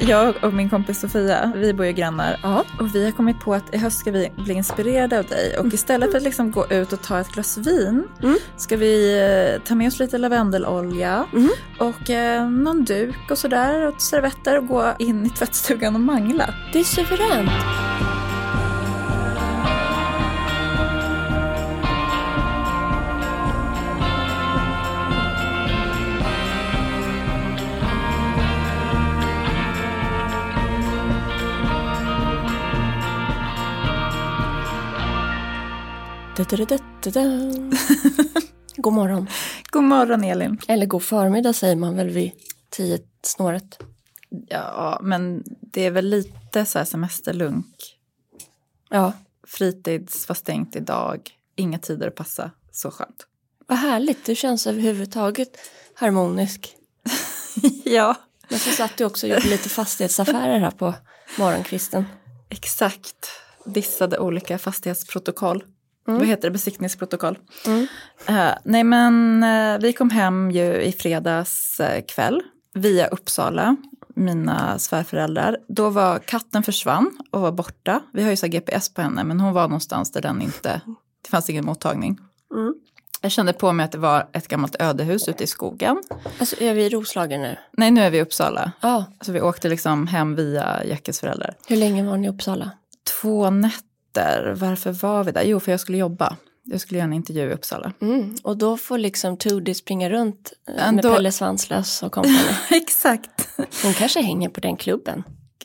Jag och min kompis Sofia, vi bor ju grannar. Ja. Och vi har kommit på att i höst ska vi bli inspirerade av dig. Och istället för att liksom gå ut och ta ett glas vin ska vi ta med oss lite lavendelolja och någon duk och sådär och servetter och gå in i tvättstugan och mangla. Det är suveränt. God morgon. God morgon, Elin. Eller god förmiddag säger man väl vid 10-snåret. Ja, men det är väl lite så här semesterlunk. Ja. Fritids var stängt idag. Inga tider att passa. Så skönt. Vad härligt. Du känns överhuvudtaget harmonisk. Ja. Men så satt du också och gjorde lite fastighetsaffärer här på morgonkvisten. Exakt. Dissade olika fastighetsprotokoll. Vad heter det? Besiktningsprotokoll. Nej, men vi kom hem ju i fredags kväll via Uppsala, mina svärföräldrar. Då var katten försvann och var borta. Vi har ju så GPS på henne, men hon var någonstans där det fanns ingen mottagning. Jag kände på mig att det var ett gammalt ödehus ute i skogen. Alltså är vi i Roslagen nu? Nej, nu är vi i Uppsala. Ja. Så vi åkte liksom hem via Jackes föräldrar. Hur länge var ni i Uppsala? 2 nätter. Varför var vi där? Jo, för jag skulle jobba. Jag skulle göra en intervju i Uppsala. Och då får liksom Tudi springa runt med Pelle Svanslös och kompani. Exakt. Hon kanske hänger på den klubben.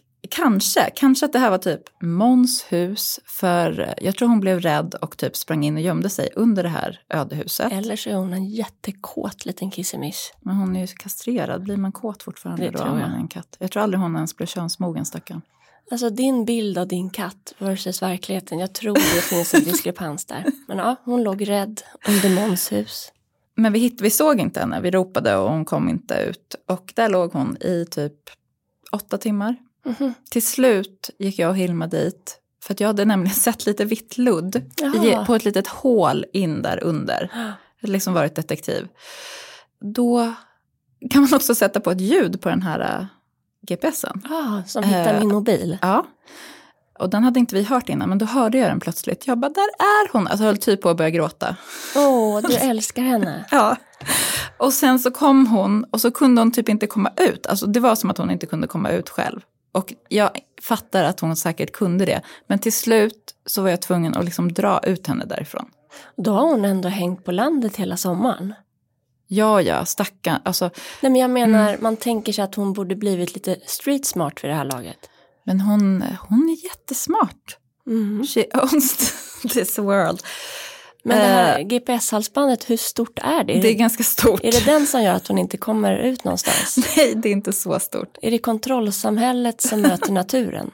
Kanske att det här var typ Måns hus. För jag tror hon blev rädd och typ sprang in och gömde sig under det här ödehuset. Eller så är hon en jättekåt liten kissemiss. Men hon är ju kastrerad. Blir man kåt fortfarande det då tror om jag. man är en katt? Jag tror aldrig hon ens blev könsmogen, stackarn. Alltså din bild av din katt versus verkligheten. Jag tror det finns en diskrepans där. Men ja, hon låg rädd under Måns hus. Men vi såg inte henne. Vi ropade och hon kom inte ut. Och där låg hon i typ 8 timmar. Till slut gick jag och Hilma dit. För att jag hade nämligen sett lite vitt ludd på ett litet hål in där under. Jag hade liksom varit detektiv. Då kan man också sätta på ett ljud på den här GPSen. Som hittar min mobil. Ja. Och den hade inte vi hört innan, men då hörde jag den plötsligt. Jag bara, där är hon. Alltså jag höll typ på att börja gråta. Du älskar henne. Ja. Och sen så kom hon och så kunde hon typ inte komma ut. Alltså det var som att hon inte kunde komma ut själv. Och jag fattar att hon säkert kunde det. Men till slut så var jag tvungen att liksom dra ut henne därifrån. Då har hon ändå hängt på landet hela sommaren. Ja, stackarn. Alltså, nej, men jag menar, man tänker sig att hon borde blivit lite street smart vid det här laget. Men hon är jättesmart. She owns this world. Men det här GPS-halsbandet, hur stort är det? Det är ganska stort. Är det den som gör att hon inte kommer ut någonstans? Nej, det är inte så stort. Är det kontrollsamhället som möter naturen?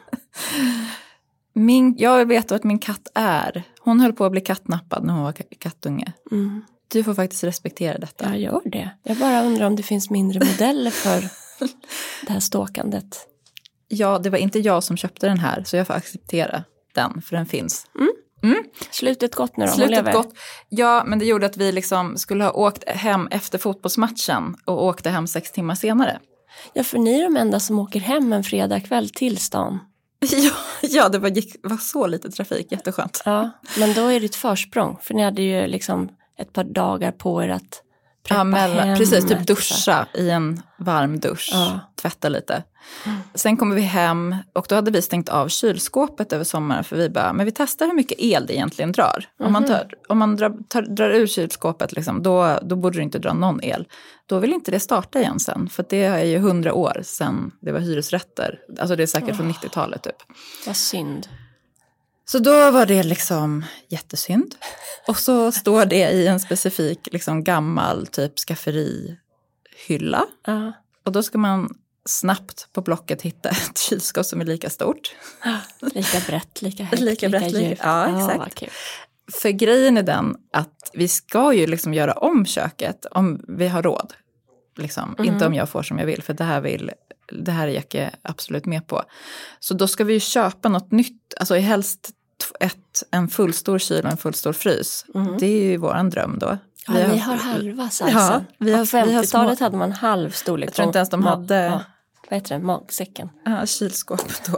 Jag vet att min katt hon höll på att bli kattnappad när hon var kattunge. Du får faktiskt respektera detta. Jag gör det. Jag bara undrar om det finns mindre modeller för det här ståkandet. Ja, det var inte jag som köpte den här, så jag får acceptera den, för den finns. Slutet gott nu då? Slutet gott. Ja, men det gjorde att vi liksom skulle ha åkt hem efter fotbollsmatchen och åkte hem 6 timmar senare. Ja, för ni är de enda som åker hem en fredagkväll till stan. Ja, det var så lite trafik, jätteskönt. Ja, men då är det ett försprång, för ni hade ju liksom ett par dagar på er att preppa hem. Precis, typ duscha i en varm dusch, tvätta lite. Sen kommer vi hem och då hade vi stängt av kylskåpet över sommaren, för vi bara, men vi testar hur mycket el det egentligen drar. Om man drar ur kylskåpet liksom, då borde det inte dra någon el. Då vill inte det starta igen sen, för det är ju 100 år sedan det var hyresrätter. Alltså det är säkert från 90-talet typ. Vad synd. Så då var det liksom jättesynd. Och så står det i en specifik liksom gammal typ skafferihylla. Och då ska man snabbt på Blocket hitta ett kylskåp som är lika stort. Lika brett, lika högt, lika djupt. Ja, exakt. För grejen är den att vi ska ju liksom göra om köket om vi har råd. Liksom. Inte om jag får som jag vill, för det här är Jacke absolut med på. Så då ska vi ju köpa något nytt, alltså helst en fullstor kyl och en fullstor frys. Det är ju våran dröm då. Ja, ni har halva sizen. Ja, på 50-talet hade man halv storlek. Jag tror inte ens de hade vad heter det, magsäcken. Ja, kylskåpet då.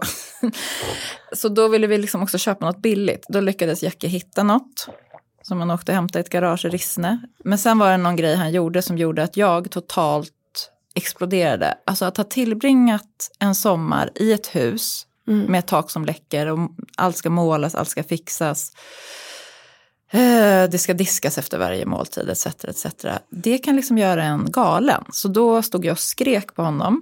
Så då ville vi liksom också köpa något billigt. Då lyckades Jackie hitta något som man åkte och hämtade i ett garage i Rissne. Men sen var det någon grej han gjorde som gjorde att jag totalt exploderade. Alltså att ha tillbringat en sommar i ett hus med ett tak som läcker och allt ska målas, allt ska fixas. Det ska diskas efter varje måltid etc. Det kan liksom göra en galen. Så då stod jag och skrek på honom.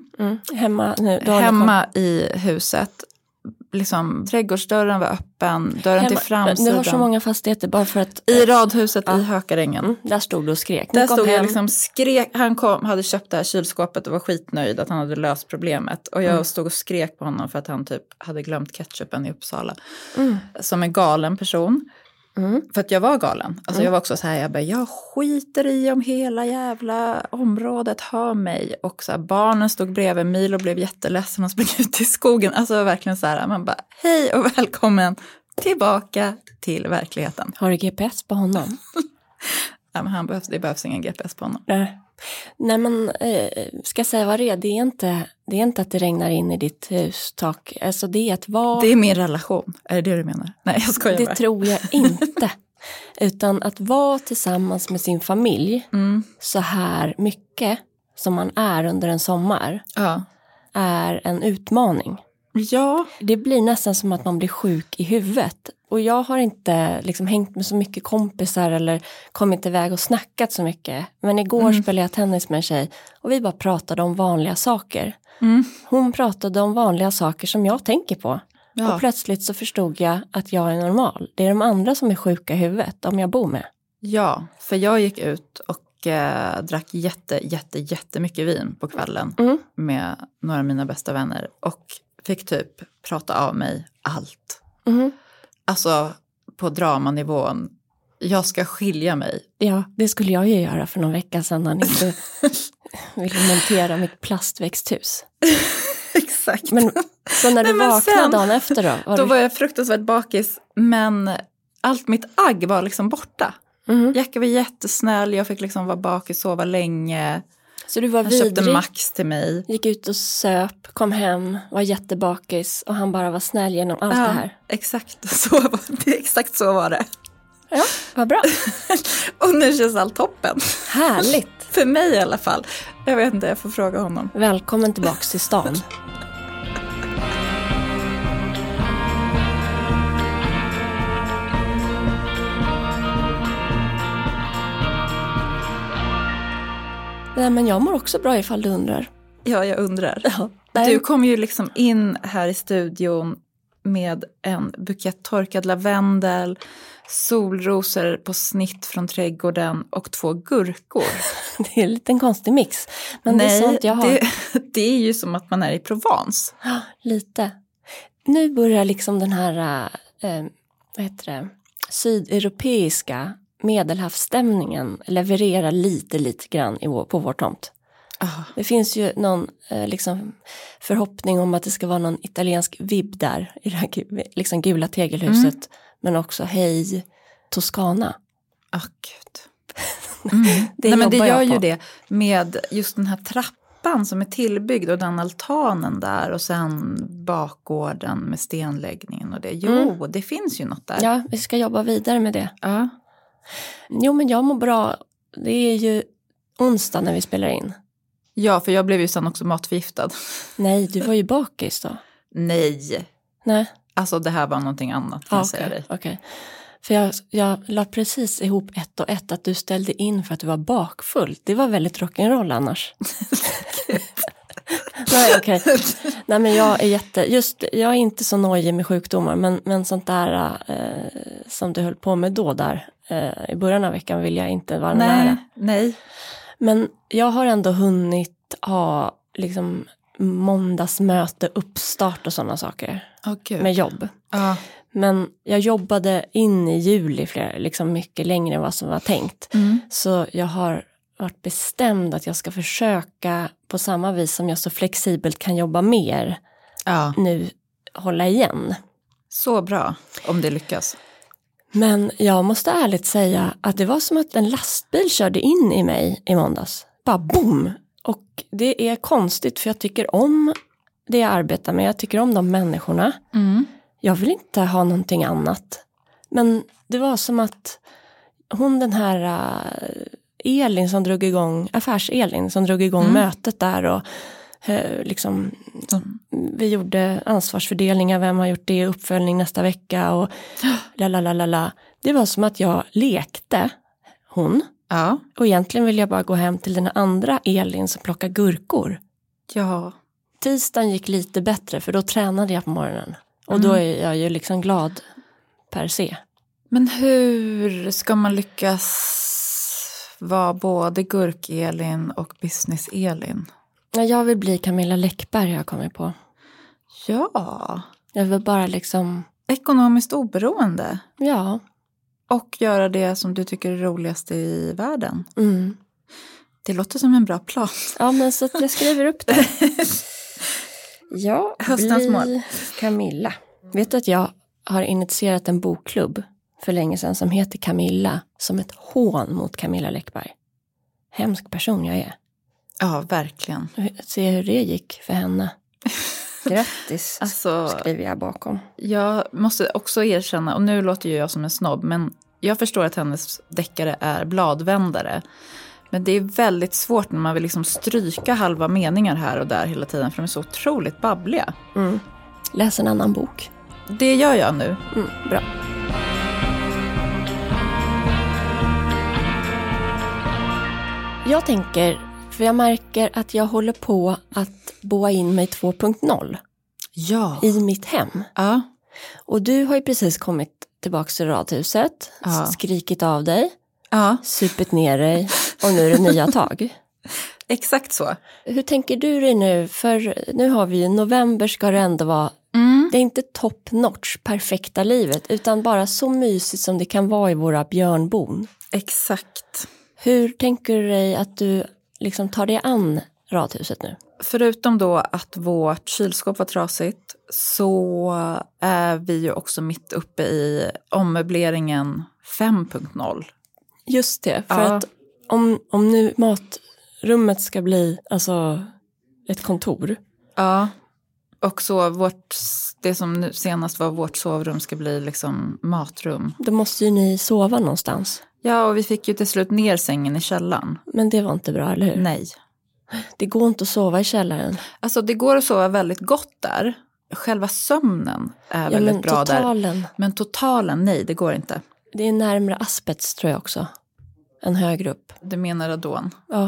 Hemma i huset. Liksom, trädgårdsdörren var öppen, dörren till framsidan. Du har så många fastigheter bara för att... I radhuset i Hökarängen. Där stod du och skrek. Där stod jag liksom skrek. Han hade köpt det här kylskåpet och var skitnöjd att han hade löst problemet. Och jag stod och skrek på honom för att han typ hade glömt ketchupen i Uppsala. Som en galen person. För att jag var galen. Alltså jag var också så här, jag skiter i om hela jävla området hör mig. Och så här, barnen stod bredvid, Milo blev jätteledsen och sprang ut i skogen. Alltså verkligen så här, man bara, hej och välkommen tillbaka till verkligheten. Har du GPS på honom? Ja, men det behövs ingen GPS på honom. Nej men, ska jag säga vad det är? Det är inte att det regnar in i ditt hustak. Alltså det är att vara... Det är min relation, är det du menar? Nej, jag skojar bara. Det tror jag inte. Utan att vara tillsammans med sin familj så här mycket som man är under en sommar är en utmaning. Ja. Det blir nästan som att man blir sjuk i huvudet. Och jag har inte liksom hängt med så mycket kompisar eller kommit iväg och snackat så mycket. Men igår spelade jag tennis med en tjej och vi bara pratade om vanliga saker. Hon pratade om vanliga saker som jag tänker på. Ja. Och plötsligt så förstod jag att jag är normal. Det är de andra som är sjuka i huvudet, de jag bor med. Ja, för jag gick ut och drack jättemycket vin på kvällen med några av mina bästa vänner. Och fick typ prata av mig allt. Alltså på dramanivån. Jag ska skilja mig. Ja, det skulle jag ju göra för någon vecka sedan när han inte ville montera mitt plastväxthus. Exakt. Men så när du vaknade dagen efter då? Då var jag fruktansvärt bakis. Men allt mitt agg var liksom borta. Jacka var jättesnäll. Jag fick liksom vara bakis, sova länge. Så du var han köpte Max till mig. Gick ut och söp, kom hem, var jättebakis och han bara var snäll genom allt det här. Exakt exakt så var det. Ja, vad bra. Och nu känns allt toppen. Härligt. För mig i alla fall. Jag vet inte, jag får fråga honom. Välkommen tillbaka till stan. Nej, men jag mår också bra ifall du undrar. Ja, jag undrar. Ja, du kom ju liksom in här i studion med en bukett torkad lavendel, solrosor på snitt från trädgården och 2 gurkor. Det är en liten konstig mix. Men nej, det är sånt jag har. Det är ju som att man är i Provence. Ja, lite. Nu börjar liksom den här sydeuropeiska medelhavsstämningen leverera lite grann på vår tomt. Det finns ju någon liksom förhoppning om att det ska vara någon italiensk vibb där i det här liksom gula tegelhuset. Men också hej Toscana. Gud. Nej, men det gör ju det med just den här trappan som är tillbyggd och den altanen där och sen bakgården med stenläggningen och det. Jo, det finns ju något där. Ja, vi ska jobba vidare med det. Ja. Jo, men jag mår bra. Det är ju onsdag när vi spelar in. Ja, för jag blev ju sen också matförgiftad. Nej, du var ju bakis då. Nej. Alltså det här var någonting annat kan jag säga dig. Okej. För jag la precis ihop 1 och 1 att du ställde in för att du var bakfull. Det var väldigt rock'n'roll annars. Nej, okej. Nej, men jag är jag är inte så nojig med sjukdomar, men sånt där som du höll på med då där i början av veckan vill jag inte vara nära. Nej. Men jag har ändå hunnit ha liksom måndagsmöte, uppstart och sådana saker med jobb. Men jag jobbade in i juli liksom mycket längre än vad som var tänkt. Så jag har varit bestämd att jag ska försöka på samma vis som jag så flexibelt kan jobba mer nu hålla igen. Så bra om det lyckas. Men jag måste ärligt säga att det var som att en lastbil körde in i mig i måndags. Bara boom! Och det är konstigt för jag tycker om det jag arbetar med. Jag tycker om de människorna. Jag vill inte ha någonting annat. Men det var som att hon den här Elin som drog igång, affärs-Elin som drog igång mötet där och liksom vi gjorde ansvarsfördelningar, vem har gjort det, uppföljning nästa vecka och lalalala. Det var som att jag lekte hon. Ja. Och egentligen vill jag bara gå hem till den andra Elin som plockar gurkor. Ja. Tisdagen gick lite bättre för då tränade jag på morgonen. Och då är jag ju liksom glad per se. Men hur ska man lyckas vara både gurk-Elin och business-Elin? Jag vill bli Camilla Läckberg, jag kommer på. Ja. Jag vill bara liksom... Ekonomiskt oberoende. Ja. Och göra det som du tycker är roligast i världen. Mm. Det låter som en bra plan. Ja, men så att jag skriver upp det. Ja, höstens mål. Camilla. Vet du att jag har initierat en bokklubb för länge sedan som heter Camilla, som ett hån mot Camilla Läckberg. Hemsk person jag är. Ja, verkligen. Se hur det gick för henne. Grattis, skriver jag bakom. Jag måste också erkänna, och nu låter ju jag som en snobb, men jag förstår att hennes deckare är bladvändare. Men det är väldigt svårt när man vill liksom stryka halva meningar här och där hela tiden, för de är så otroligt babbliga. Läs en annan bok. Det gör jag nu. Bra. Jag tänker, för jag märker att jag håller på att boa in mig 2.0 i mitt hem. Ja. Och du har ju precis kommit tillbaka till radhuset, skrikit av dig, supit ner dig och nu är det nya tag. Exakt så. Hur tänker du dig nu? För nu har vi ju november, ska det ändå vara, det är inte top notch, perfekta livet, utan bara så mysigt som det kan vara i våra björnbon. Exakt. Hur tänker du dig att du liksom tar dig an radhuset nu? Förutom då att vårt kylskåp var trasigt så är vi ju också mitt uppe i ommöbleringen 5.0. Just det, för att om nu matrummet ska bli alltså ett kontor. Ja, och så det som nu senast var vårt sovrum ska bli liksom matrum. Då måste ju ni sova någonstans. Ja, och vi fick ju till slut ner sängen i källaren. Men det var inte bra, eller hur? Nej. Det går inte att sova i källaren. Alltså det går att sova väldigt gott där. Själva sömnen är väldigt bra där. Men totalen, nej, det går inte. Det är närmare asbest tror jag också. En högre upp. Du menar radon? Ja.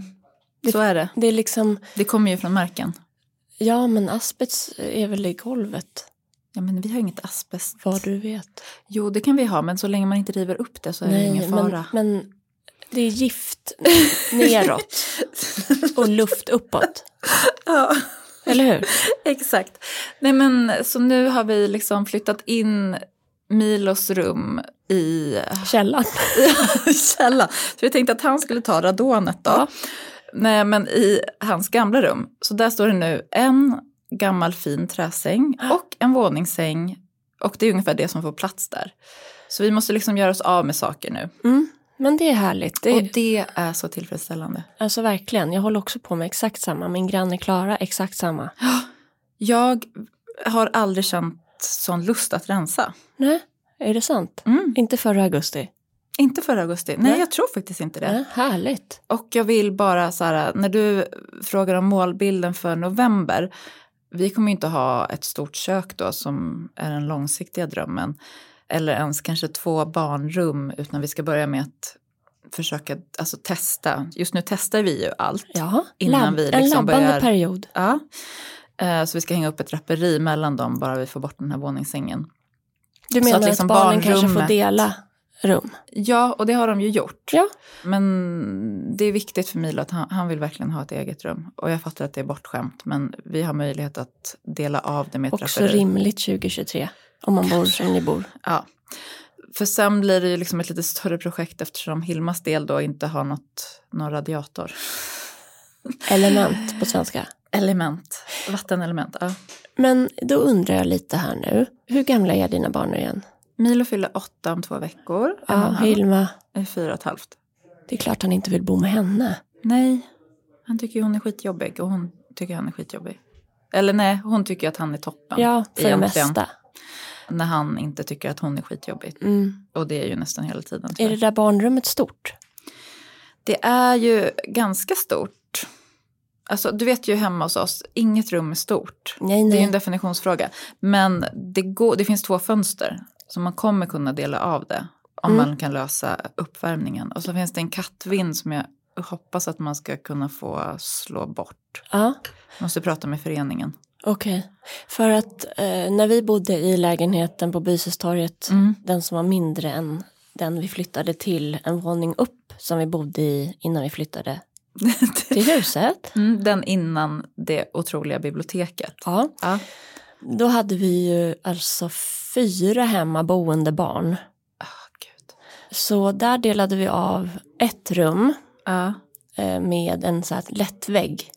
Så är det. Det är liksom... Det kommer ju från marken. Ja, men asbest är väl i golvet. Ja, men vi har inget asbest. Vad du vet. Jo, det kan vi ha, men så länge man inte river upp det så är det ingen fara. Men det är gift neråt och luft uppåt. Ja. Eller hur? Exakt. Nej, men så nu har vi liksom flyttat in Milos rum i... Källaren. Källaren. Så vi tänkte att han skulle ta radonet då. Ja. Nej, men i hans gamla rum. Så där står det nu en gammal fin träsäng och en våningssäng. Och det är ungefär det som får plats där. Så vi måste liksom göra oss av med saker nu. Men det är härligt. Och det är så tillfredsställande. Alltså verkligen. Jag håller också på med exakt samma. Min granne Klara, exakt samma. Jag har aldrig känt sån lust att rensa. Nej, är det sant? Inte förra augusti. Inte förra augusti. Nej, jag tror faktiskt inte det. Härligt. Och jag vill bara så här, när du frågar om målbilden för november. Vi kommer ju inte ha ett stort kök då som är den långsiktiga drömmen. Eller ens kanske 2 barnrum, utan vi ska börja med att försöka testa. Just nu testar vi ju allt. Ja, innan vi liksom en labbande period. Ja, så vi ska hänga upp ett draperi mellan dem bara vi får bort den här våningssängen. Du menar att liksom barnen kanske får dela rum? Ja, och det har de ju gjort. Ja. Men det är viktigt för Milo att han vill verkligen ha ett eget rum. Och jag fattar att det är bortskämt, men vi har möjlighet att dela av det med ett också draperi. Rimligt 2023, om man bor som ni bor. Ja, för sen blir det ju liksom ett lite större projekt eftersom Hilmas del då inte har någon radiator. Element på svenska. Element, vattenelement, ja. Men då undrar jag lite här nu. Hur gamla är dina barn igen? Milo fyller 8 om 2 veckor. Ja, Hilma är 4,5. Det är klart han inte vill bo med henne. Nej, Han tycker hon är skitjobbig och hon tycker han är skitjobbig. Eller nej, hon tycker att han är toppen. Ja, för det mesta. När han inte tycker att hon är skitjobbig. Och det är ju nästan hela tiden. Är det där barnrummet stort? Det är ju ganska stort. Alltså du vet ju hemma hos oss, inget rum är stort. Nej. Det är ju en definitionsfråga. Men det finns 2 fönster. Så man kommer kunna dela av det. Om man kan lösa uppvärmningen. Och så finns det en kattvind som jag hoppas att man ska kunna få slå bort. Ja. Måste prata med föreningen. Okej. För att när vi bodde i lägenheten på Bysestorget, den som var mindre än den vi flyttade till, en våning upp som vi bodde i innan vi flyttade till huset. Den innan det otroliga biblioteket. Ja. Då hade vi ju alltså 4 hemmaboende barn. Gud. Så där delade vi av ett rum med en så här lätt vägg.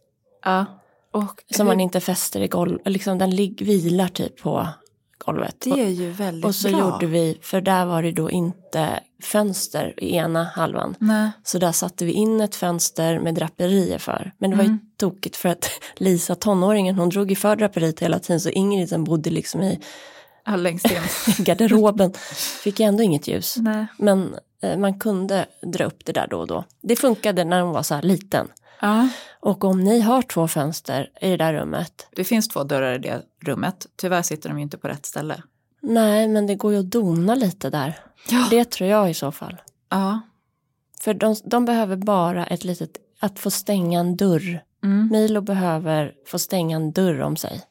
Och som man inte fäster i golv, liksom den vilar typ på golvet. Det är ju väldigt bra. Och så gjorde vi, för där var det då inte fönster i ena halvan. Nej. Så där satte vi in ett fönster med draperier för. Men det var ju tokigt för att Lisa, tonåringen, hon drog i för draperiet hela tiden. Så Ingrid som bodde liksom i längst in garderoben fick ändå inget ljus. Nej. Men man kunde dra upp det där då och då. Det funkade när hon var så här liten. Och om ni har 2 fönster i det där rummet. Det finns 2 dörrar i det rummet. Tyvärr sitter de ju inte på rätt ställe. Nej, men det går ju att dona lite där. Ja. Det tror jag i så fall. Ja. För de behöver bara ett litet, att få stänga en dörr. Milo behöver få stänga en dörr om sig.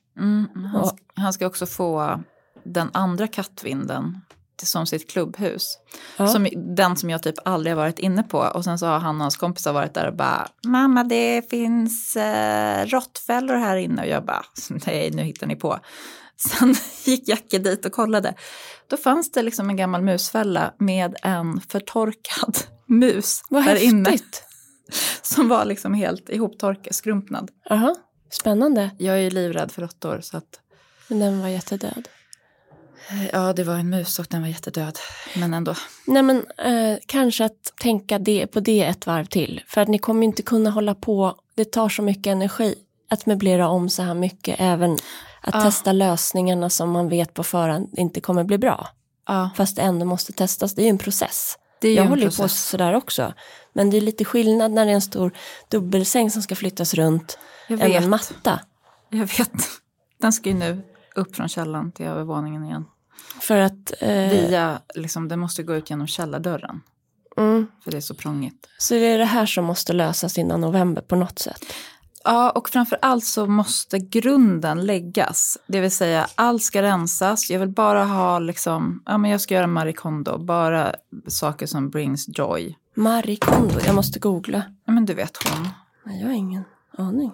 Han ska också få den andra kattvinden som sitt klubbhus. Den som jag typ aldrig har varit inne på. Och sen så har han och hans kompisar varit där och bara, mamma det finns råttfällor här inne. Och jag bara, nej nu hittar ni på. Sen gick Jacke dit och kollade. Då fanns det liksom en gammal musfälla med en förtorkad mus. Vad där häftigt. Inne. Som var liksom helt ihoptorkad, skrumpnad. Aha, spännande. Jag är ju livrädd för råttor så att... Men den var jättedöd. Ja, det var en mus och den var jättedöd. Men ändå. Nej men kanske att tänka på det ett varv till. För att ni kommer inte kunna hålla på. Det tar så mycket energi att möblera om så här mycket. Även att testa lösningarna som man vet på förhand inte kommer bli bra. Fast det ändå måste testas. Det är ju en process. Jag håller ju på sådär också. Men det är lite skillnad när det är en stor dubbelsäng som ska flyttas runt. Än en matta. Jag vet. Den ska ju nu upp från källaren till övervåningen igen. För att... Via, liksom, det måste gå ut genom källardörren. För det är så prångigt. Så det är det här som måste lösas innan november på något sätt. Ja, och framförallt så måste grunden läggas. Det vill säga, allt ska rensas. Jag vill bara ha liksom, men jag ska göra Marie Kondo. Bara saker som brings joy. Marie Kondo, jag måste googla. Ja, men du vet hon. Nej, jag har ingen aning.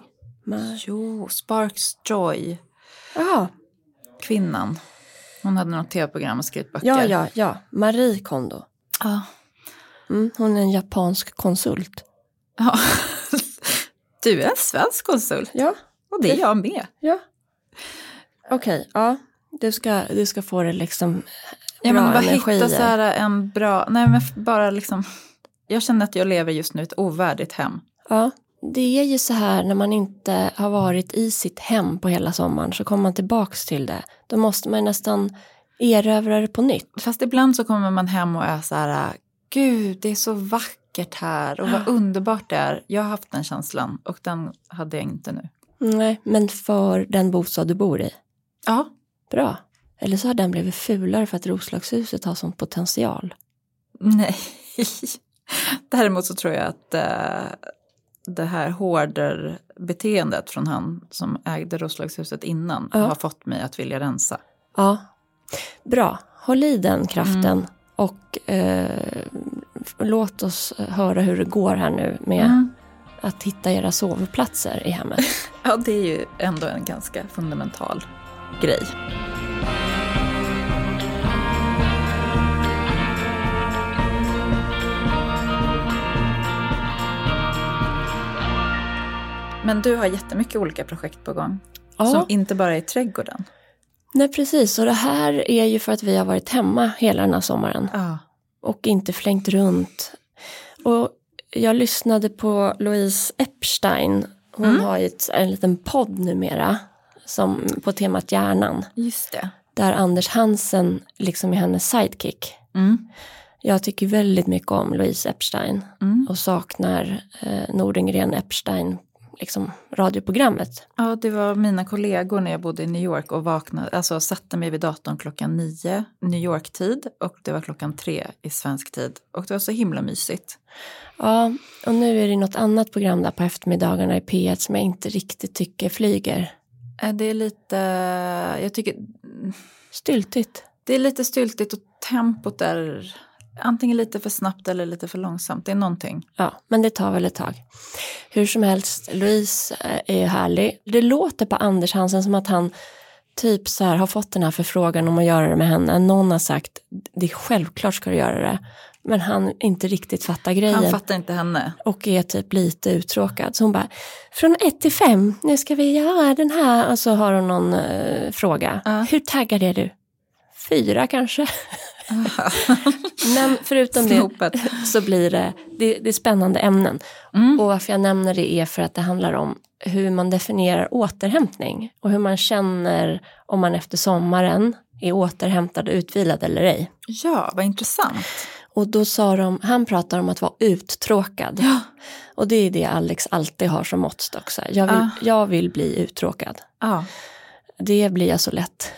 Jo, Sparks Joy. Jaha. Kvinnan. Hon hade något tv-program och skrivit böcker. Ja. Marie Kondo. Ja. Hon är en japansk konsult. Ja. Du är en svensk konsult. Ja. Och det är jag med. Ja. Okej, ja. Du ska få det liksom bra men bara energi. Hitta så här en bra... Nej, men bara liksom... Jag känner att jag lever just nu ett ovärdigt hem. Ja. Det är ju så här när man inte har varit i sitt hem på hela sommaren så kommer man tillbaks till det. Då måste man nästan erövra det på nytt. Fast ibland så kommer man hem och är så här, gud det är så vackert här och vad underbart det är. Jag har haft den känslan och den hade jag inte nu. Nej, men för den bostad du bor i? Ja. Bra. Eller så har den blivit fulare för att Roslagshuset har sån potential. Nej. Däremot så tror jag att... det här hårdare beteendet från han som ägde Roslagshuset innan har fått mig att vilja rensa. Ja, bra. Håll i den kraften och låt oss höra hur det går här nu med att hitta era sovplatser i hemmet. Ja, det är ju ändå en ganska fundamental grej. Men du har jättemycket olika projekt på gång. Ja. Som inte bara är i trädgården. Nej, precis. Och det här är ju för att vi har varit hemma hela den här sommaren. Ja. Och inte flängt runt. Och jag lyssnade på Louise Epstein. Hon har ju en liten podd numera på temat hjärnan. Just det. Där Anders Hansen liksom är hennes sidekick. Jag tycker väldigt mycket om Louise Epstein. Och saknar Nordengren Epstein, liksom radioprogrammet. Ja, det var mina kollegor när jag bodde i New York och vaknade, alltså satte mig vid datorn 9:00 New York-tid och det var 3:00 i svensk tid. Och det var så himla mysigt. Ja, och nu är det något annat program där på eftermiddagarna i P1 som jag inte riktigt tycker flyger. Det är lite, jag tycker... Styltigt. Det är lite styltigt och tempot är antingen lite för snabbt eller lite för långsamt. Det är någonting. Ja, men det tar väl ett tag. Hur som helst, Louise är härlig. Det låter på Anders Hansen som att han typ så här har fått den här förfrågan om att göra det med henne. Någon har sagt, det är självklart ska du göra det. Men han inte riktigt fattar grejen. Han fattar inte henne. Och är typ lite uttråkad. Så hon bara, från 1 till 5, nu ska vi göra den här. Och så har hon någon fråga. Hur taggad är du? 4 kanske. Men förutom det så blir det är spännande ämnen. Och varför jag nämner det är för att det handlar om hur man definierar återhämtning. Och hur man känner om man efter sommaren är återhämtad och utvilad eller ej. Ja, vad intressant. Och då han pratar om att vara uttråkad. Ja. Och det är det Alex alltid har som måttstock. Jag vill bli uttråkad. Ja. Det blir jag så lätt.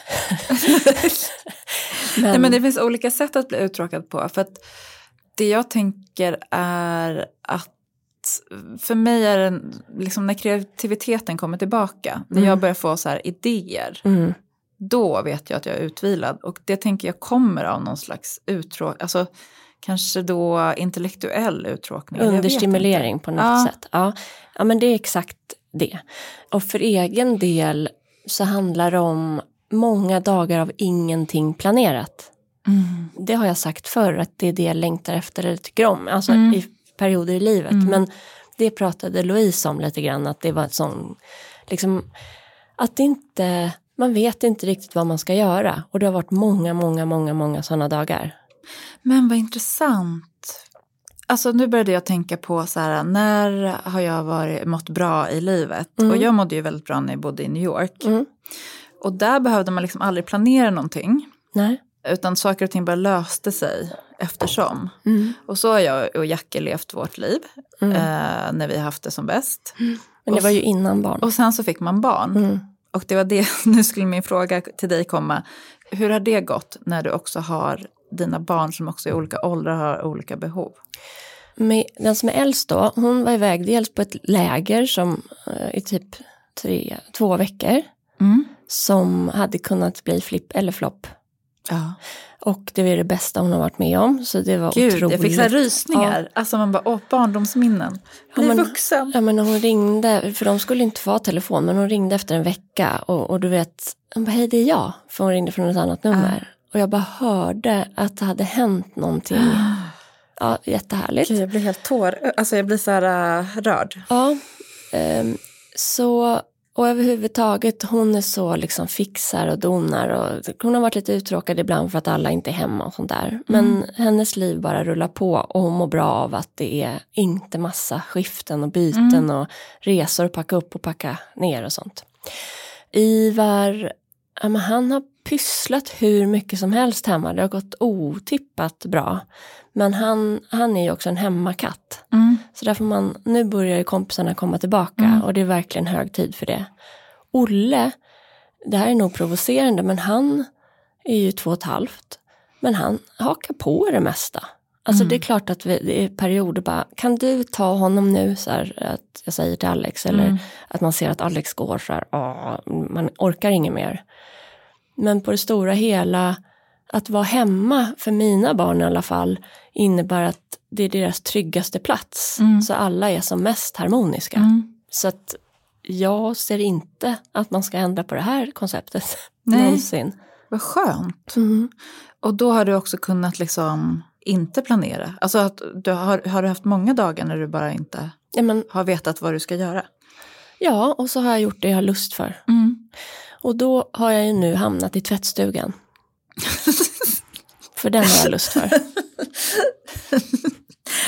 Men det finns olika sätt att bli uttråkad på. För att det jag tänker är att för mig är det liksom när kreativiteten kommer tillbaka. När jag börjar få så här idéer. Då vet jag att jag är utvilad. Och det tänker jag kommer av någon slags uttråkning. Alltså kanske då intellektuell uttråkning. Understimulering på något sätt. Ja, men det är exakt det. Och för egen del så handlar det om många dagar av ingenting planerat. Det har jag sagt förr att det är det jag längtar efter eller tycker om. Alltså i perioder i livet. Men det pratade Louise om lite grann. Att det var ett sån, liksom, att inte, man vet inte riktigt vad man ska göra. Och det har varit många sådana dagar. Men vad intressant. Alltså nu började jag tänka på så här, när har jag mått bra i livet? Och jag mådde ju väldigt bra när jag bodde i New York. Och där behövde man liksom aldrig planera någonting. Nej. Utan saker och ting bara löste sig eftersom. Och så har jag och Jackie levt vårt liv när vi har haft det som bäst. Men det var ju innan barn. Och sen så fick man barn. Och det var det, nu skulle min fråga till dig komma. Hur har det gått när du också har dina barn som också i olika åldrar har olika behov? Men den som är äldst då, hon var iväg dels på ett läger som i typ 2 veckor. Som hade kunnat bli flipp eller flopp. Ja. Och det var det bästa hon har varit med om. Så det var otroligt. Jag fick så här rysningar. Ja. Alltså man bara, barndomsminnen. Bli vuxen. Ja, men hon ringde, för de skulle inte få ha telefon. Men hon ringde efter en vecka. Och du vet, hon bara, hej det är jag. För hon ringde från ett annat nummer. Och jag bara hörde att det hade hänt någonting. Ja, jättehärligt. Jag blir helt alltså jag blir så här rörd. Ja, så... Och överhuvudtaget, hon är så liksom fixar och donar. Och hon har varit lite uttråkad ibland för att alla inte är hemma och sånt där. Men hennes liv bara rullar på och hon mår bra av att det är inte massa skiften och byten och resor och packa upp och packa ner och sånt. Ivar, han har pysslat hur mycket som helst hemma. Det har gått otippat bra. Men han är ju också en hemmakatt. Så därför nu börjar ju kompisarna komma tillbaka. Och det är verkligen hög tid för det. Olle, det här är nog provocerande. Men han är ju 2,5. Men han hakar på det mesta. Alltså det är klart att det är perioder bara, kan du ta honom nu? Så här, att jag säger till Alex. Eller att man ser att Alex går så här. Man orkar inget mer. Men på det stora hela, att vara hemma för mina barn i alla fall innebär att det är deras tryggaste plats. Så alla är som mest harmoniska. Så att jag ser inte att man ska ändra på det här konceptet. Nej, någonsin. Vad skönt. Och då har du också kunnat liksom inte planera. Alltså att har du haft många dagar när du bara inte har vetat vad du ska göra? Ja, och så har jag gjort det jag har lust för. Och då har jag ju nu hamnat i tvättstugan. För den har jag lust för.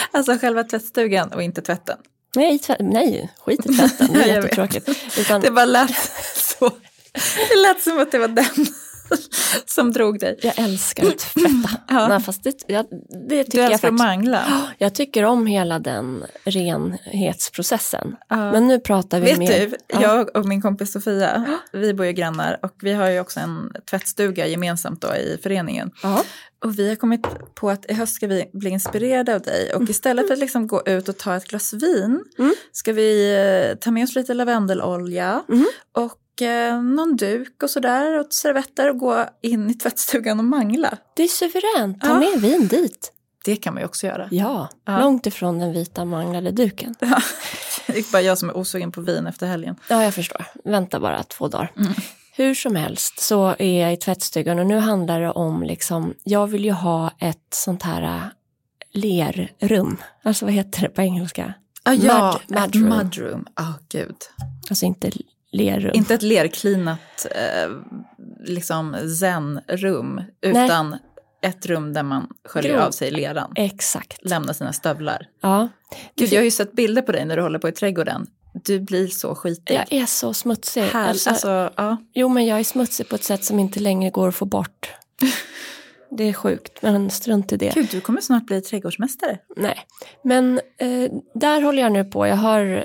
Alltså själva tvättstugan och inte tvätten. Nej, skit i tvätten. Det är jättetråkigt. Utan... Det bara lät så. Det lät som att det var den som drog dig. Jag älskar att tvätta. Ja. Nej, fast det tycker du älskar jag faktiskt. Att mangla. Jag tycker om hela den renhetsprocessen. Men nu pratar vi mer. Vet du, jag och min kompis Sofia, vi bor ju grannar och vi har ju också en tvättstuga gemensamt då i föreningen. Och vi har kommit på att i höst ska vi bli inspirerade av dig. Och istället för att liksom gå ut och ta ett glas vin ska vi ta med oss lite lavendelolja och någon duk och sådär och servetter och gå in i tvättstugan och mangla. Det är suveränt, ta med vin dit. Det kan man ju också göra. Ja, långt ifrån den vita manglade duken. Ja. Det är bara jag som är osugen på vin efter helgen. Ja, jag förstår. Vänta bara 2 dagar. Hur som helst så är jag i tvättstugan och nu handlar det om liksom, jag vill ju ha ett sånt här lerrum. Alltså vad heter det på engelska? Mudroom. Gud. Alltså inte lerrum. Inte ett lerklinat liksom zen-rum utan ett rum där man sköljer av sig leran. Exakt. Lämnar sina stövlar. Ja. Gud, jag har ju sett bilder på dig när du håller på i trädgården. Du blir så skitig. Jag är så smutsig. Ja. Jo, men jag är smutsig på ett sätt som inte längre går att få bort. Det är sjukt, men strunt i det. Gud, du kommer snart bli trädgårdsmästare. Nej, men där håller jag nu på. Jag har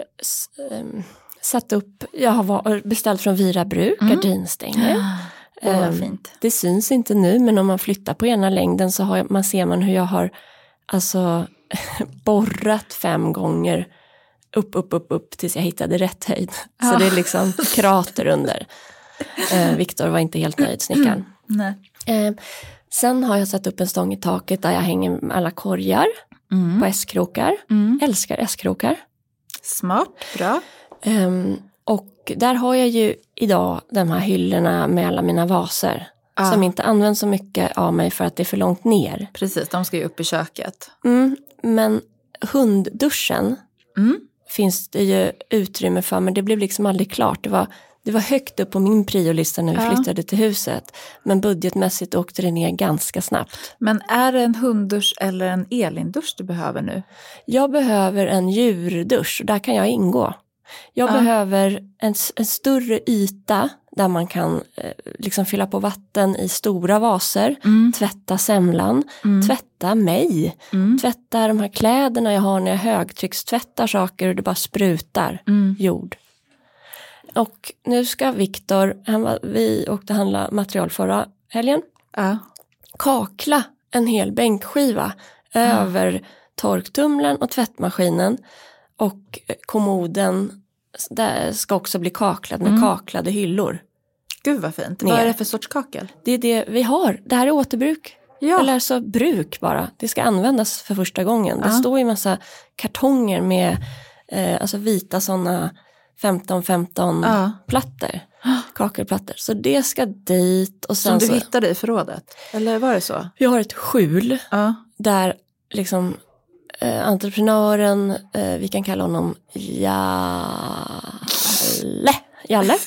satt upp, jag har beställt från Vira Bruk, gardinstänger. Vad fint. Det syns inte nu, men om man flyttar på ena längden så ser man hur jag har alltså borrat 5 gånger upp tills jag hittade rätt höjd. Så det är liksom krater under. Viktor var inte helt nöjd, snickaren. Nej. Sen har jag satt upp en stång i taket där jag hänger alla korgar på ässkrokar. Älskar ässkrokar. Smart, bra. Och där har jag ju idag de här hyllorna med alla mina vaser. Som inte används så mycket av mig för att det är för långt ner. Precis, de ska ju upp i köket. Men hundduschen finns det ju utrymme för, men det blev liksom aldrig klart. Det var högt upp på min priolista när vi flyttade till huset. Men budgetmässigt åkte det ner ganska snabbt. Men är det en hunddusch eller en elindusch du behöver nu? Jag behöver en djurdusch och där kan jag ingå. Jag behöver en större yta där man kan liksom fylla på vatten i stora vaser, tvätta semlan, tvätta mig, tvätta de här kläderna jag har när jag högtryckstvättar saker och det bara sprutar jord. Och nu ska Viktor, vi åkte handla material förra helgen, kakla en hel bänkskiva över torktumlaren och tvättmaskinen. Och kommoden där ska också bli kaklad med kaklade hyllor. Gud vad fint. Vad är det för sorts kakel? Det är det vi har. Det här är återbruk. Ja. Eller så bruk bara. Det ska användas för första gången. Det står ju massa kartonger med alltså vita sådana 15 plattor. Kakelplattor. Så det ska dit. Och sen som du hittade i förrådet? Eller var det så? Jag har ett skjul där liksom entreprenören, vi kan kalla honom Jalle.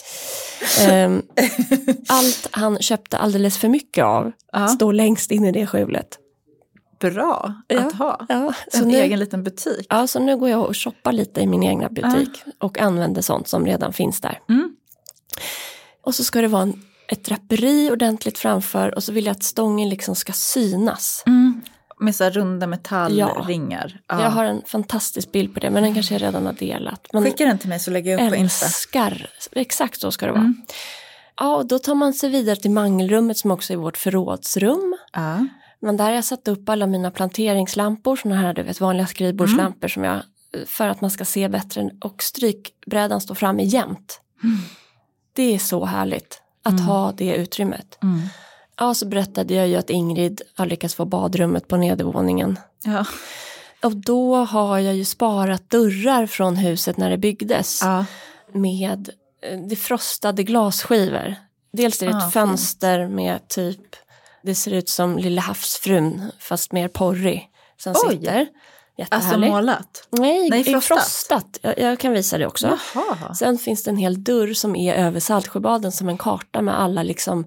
Allt han köpte alldeles för mycket av står längst in i det skjulet. Bra att ha. Ja, en egen liten butik. Ja, så nu går jag och shoppar lite i min egna butik och använder sånt som redan finns där. Och så ska det vara ett draperi ordentligt framför och så vill jag att stången liksom ska synas. Med så här runda metallringar. Ja. Jag har en fantastisk bild på det, men den kanske jag redan har delat. Men skicka den till mig så lägger jag upp på Insta. Exakt så ska det vara. Ja, och då tar man sig vidare till mangelrummet som också är vårt förrådsrum. Men där har jag satt upp alla mina planteringslampor, såna här vanliga skrivbordslampor som jag, för att man ska se bättre, och strykbrädan står framme jämt. Det är så härligt att ha det utrymmet. Ja, så berättade jag ju att Ingrid har lyckats få badrummet på nedervåningen. Ja. Och då har jag ju sparat dörrar från huset när det byggdes. Med defrostade glasskivor. Dels är det ett fönster med typ, det ser ut som Lilla havsfrun fast mer porrig. Som sitter. Alltså målat? Nej, frostat. Jag kan visa det också. Jaha. Sen finns det en hel dörr som är över Saltsjöbaden som en karta med alla liksom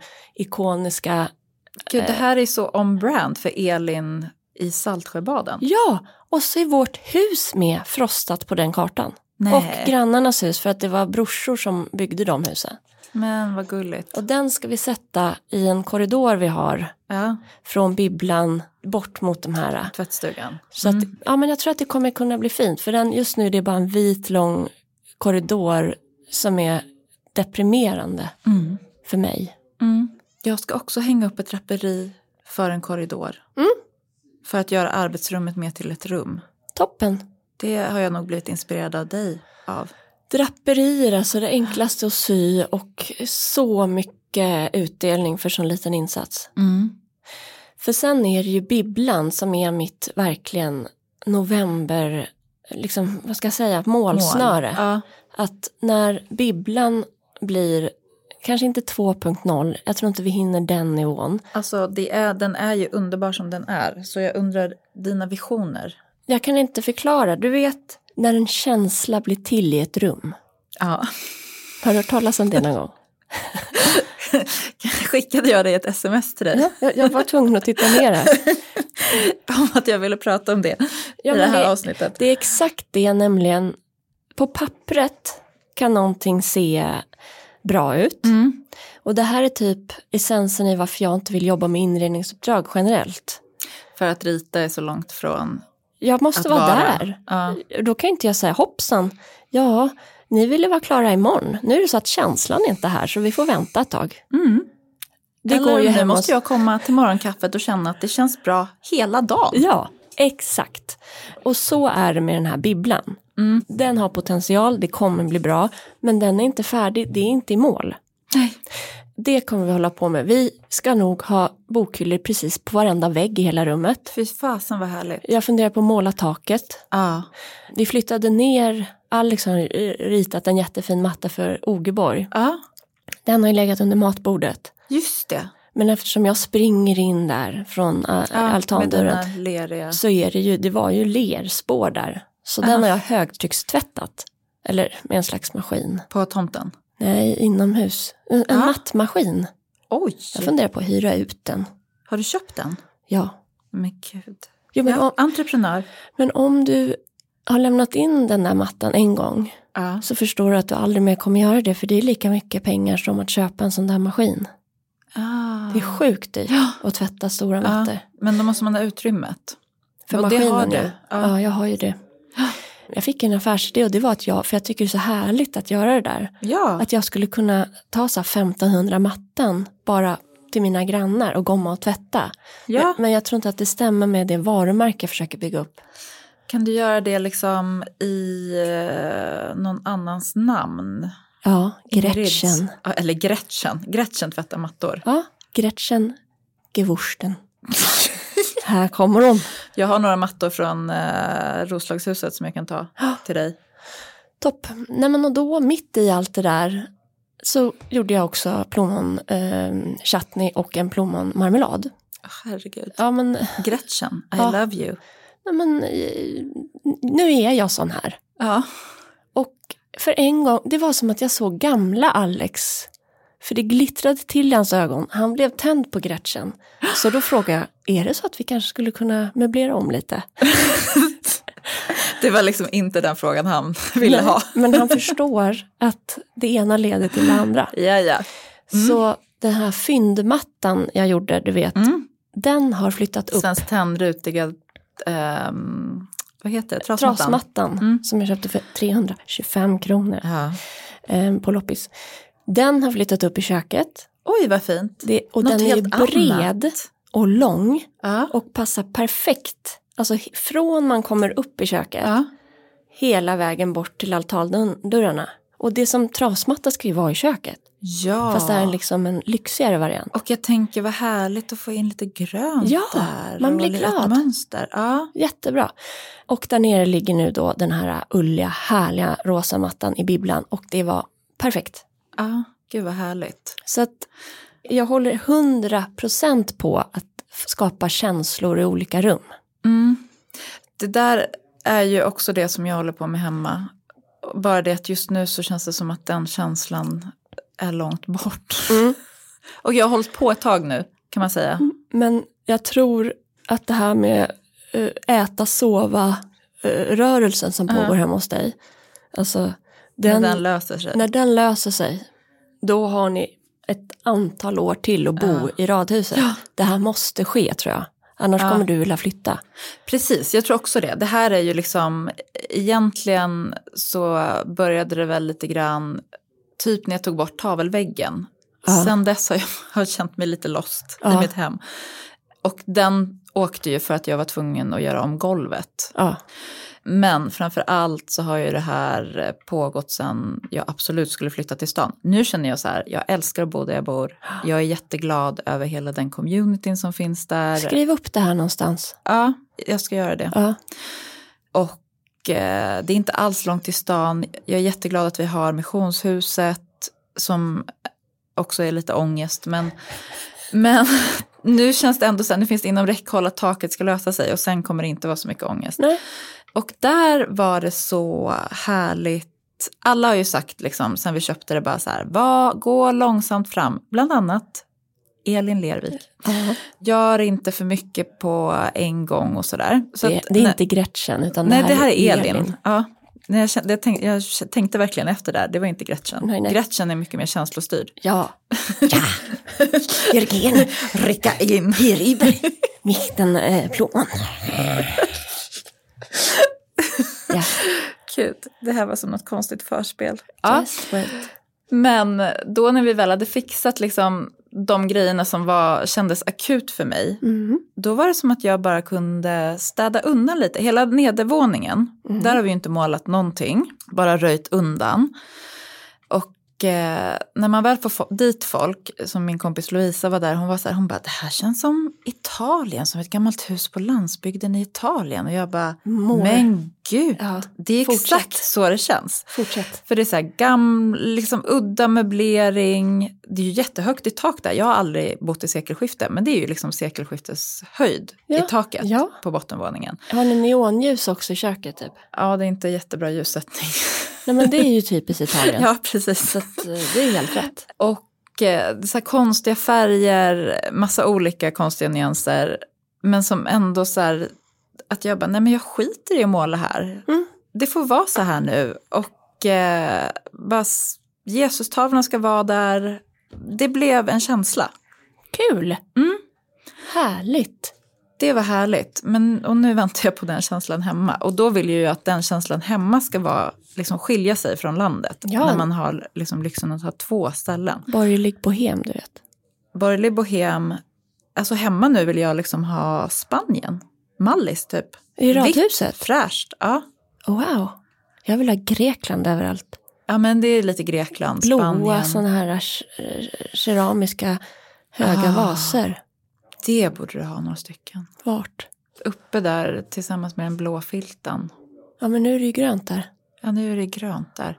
ikoniska... Gud, det här är så on-brand för Elin i Saltsjöbaden. Ja, Och så är vårt hus med frostat på den kartan. Nej. Och grannarnas hus, för att det var brorsor som byggde de husen. Men vad gulligt. Och den ska vi sätta i en korridor vi har. Ja. Från bibblan bort mot de här. Tvättstugan. Så att, ja, men jag tror att det kommer kunna bli fint. För just nu är det bara en vit lång korridor som är deprimerande för mig. Jag ska också hänga upp ett draperi för en korridor. För att göra arbetsrummet mer till ett rum. Toppen. Det har jag nog blivit inspirerad av dig av. Draperier, alltså det enklaste att sy och så mycket utdelning för sån liten insats. För sen är det ju bibblan som är mitt verkligen november, liksom, vad ska jag säga, målsnöre. Ja. Att när bibblan blir, kanske inte 2.0, jag tror inte vi hinner den nivån. Alltså den är ju underbar som den är, så jag undrar dina visioner. Jag kan inte förklara, du vet när en känsla blir till i ett rum. Ja. Har du hört talas om det någon gång? Skickade jag dig ett sms till dig? Ja, jag var tvungen att titta ner här. Om att jag ville prata om det i det här avsnittet. Det är exakt det, nämligen på pappret kan någonting se bra ut. Och det här är typ essensen i varför jag inte vill jobba med inredningsuppdrag generellt. För att rita är så långt från. Jag måste vara där. Ja. Då kan inte jag säga hoppsan. Ja, ni ville vara klara imorgon. Nu är det så att känslan är inte här, så vi får vänta ett tag. Det eller går ju nu måste jag komma till morgonkaffet och känna att det känns bra hela dagen. Ja, exakt. Och så är det med den här bibblan. Den har potential, det kommer bli bra. Men den är inte färdig, det är inte i mål. Nej. Det kommer vi hålla på med. Vi ska nog ha bokhyllor precis på varenda vägg i hela rummet. Fy fasen vad härligt. Jag funderar på att måla taket. Vi flyttade ner, Alex har ritat en jättefin matta för Ogeborg. Den har ju legat under matbordet. Just det. Men eftersom jag springer in där från altandörren så är det var ju lerspår där. Så den har jag högtryckstvättat. Eller med en slags maskin. På tomten? Nej, inomhus. En mattmaskin. Oj. Jag funderar på att hyra ut den. Har du köpt den? Ja. Men gud. Jo, men entreprenör. Men om du har lämnat in den där mattan en gång så förstår du att du aldrig mer kommer göra det. För det är lika mycket pengar som att köpa en sån där maskin. Det är sjukt dyrt att tvätta stora mattor. Men då måste man ha utrymmet. För och maskinen, det har du. Ja, jag har ju det. Jag fick en affärsidé och det var att för jag tycker det är så härligt att göra det där. Ja. Att jag skulle kunna ta så 1500 mattan bara till mina grannar och gomma och tvätta. Ja. Men jag tror inte att det stämmer med det varumärke jag försöker bygga upp. Kan du göra det liksom i någon annans namn? Ja, Gretchen. Eller Gretchen. Gretchen tvättar mattor. Ja, Gretchen Gewursten. Här kommer hon. Jag har några mattor från Roslagshuset som jag kan ta till dig. Topp. Nej, men och då mitt i allt det där så gjorde jag också plommon chutney och en plommonmarmelad. Herregud. Ja, men Gretchen, I love you. Nej, men nu är jag sån här. Ja. Och för en gång, det var som att jag såg gamla Alex. För det glittrade till i hans ögon. Han blev tänd på Gretchen. Så då frågade jag, är det så att vi kanske skulle kunna möblera om lite? Det var liksom inte den frågan han ville ha. Men han förstår att det ena leder till det andra. Ja. Så den här fyndmattan jag gjorde, du vet, den har flyttat upp. Svensk tändrutiga, vad heter det? Trasmattan. Som jag köpte för 325 kronor på loppis. Den har flyttat upp i köket. Oj, vad fint. Och den är bred och lång och passar perfekt. Alltså från man kommer upp i köket hela vägen bort till altandörrarna. Och det som trasmatta ska ju vara i köket. Ja. Fast det är liksom en lyxigare variant. Och jag tänker vad härligt att få in lite grönt där. Man blir glad. Mönster. Ja. Jättebra. Och där nere ligger nu då den här ulliga, härliga rosa mattan i bibblan. Och det var perfekt. Ja, gud vad härligt. Så att jag håller 100% på att skapa känslor i olika rum. Det där är ju också det som jag håller på med hemma. Bara det att just nu så känns det som att den känslan är långt bort. Och jag har hållit på ett tag nu, kan man säga. Men jag tror att det här med äta, sova rörelsen som pågår hemma hos dig. Alltså, när den löser sig, då har ni ett antal år till att bo i radhuset. Ja. Det här måste ske, tror jag. Annars kommer du vilja flytta. Precis, jag tror också det. Det här är ju liksom, egentligen så började det väl lite grann, typ när jag tog bort tavelväggen. Sen dess har jag känt mig lite lost i mitt hem. Och den åkte ju för att jag var tvungen att göra om golvet. Men framför allt så har ju det här pågått sedan jag absolut skulle flytta till stan. Nu känner jag så här, jag älskar att bo där jag bor. Jag är jätteglad över hela den communityn som finns där. Skriv upp det här någonstans. Ja, jag ska göra det. Och det är inte alls långt till stan. Jag är jätteglad att vi har missionshuset som också är lite ångest. Men nu känns det ändå så här, nu finns det inom räckhåll att taket ska lösa sig och sen kommer det inte vara så mycket ångest. Nej. Och där var det så härligt. Alla har ju sagt liksom, sen vi köpte det bara så här, gå långsamt fram. Bland annat Elin Lervik. Gör inte för mycket på en gång och sådär. Så det är inte Gretchen utan det här är Elin. Ja. Jag tänkte verkligen efter där, det var inte Gretchen. Nej. Gretchen är mycket mer känslostyrd. Ja. Jörgen, rycka in här i mittenplån. Ja. Gud, det här var som något konstigt förspel. Just wait. Men då när vi väl hade fixat liksom de grejerna som kändes akut för mig, då var det som att jag bara kunde städa undan lite. Hela nedervåningen, där har vi ju inte målat någonting, bara röjt undan. Och när man väl får dit folk, som min kompis Louisa var där, hon var så här, hon bara, det här känns som Italien, som ett gammalt hus på landsbygden i Italien. Och jag bara, men gud, det är exakt så det känns. Fortsätt. För det är så här liksom udda möblering, det är ju jättehögt i tak där. Jag har aldrig bott i sekelskifte, men det är ju liksom sekelskiftets höjd i taket på bottenvåningen. Har ni neonljus också i köket typ? Ja, det är inte jättebra ljussättning. Nej, men det är ju typiskt Italien. Ja, precis. Så att, det är helt rätt. Och så här konstiga färger, massa olika konstiga nyanser. Men som ändå så här, att jag bara, nej men jag skiter i att måla här. Det får vara så här nu. Och bara Jesus-tavlan ska vara där. Det blev en känsla. Kul. Härligt. Det var härligt. Och nu väntar jag på den känslan hemma. Och då vill jag ju att den känslan hemma ska vara, liksom skilja sig från landet. Ja. När man har liksom lyxen att ha 2 ställen. Borgerlig bohem, du vet. Borgerlig bohem. Alltså hemma nu vill jag liksom ha Spanien. Mallis typ. I radhuset? Vitt, fräscht, ja. Oh, wow. Jag vill ha Grekland överallt. Ja, men det är lite Grekland, Blåa, Spanien. sådana här keramiska höga vaser. Det borde du ha några stycken. Vart? Uppe där tillsammans med den blå filten. Ja, men nu är det ju grönt där. Ja, nu är det grönt där.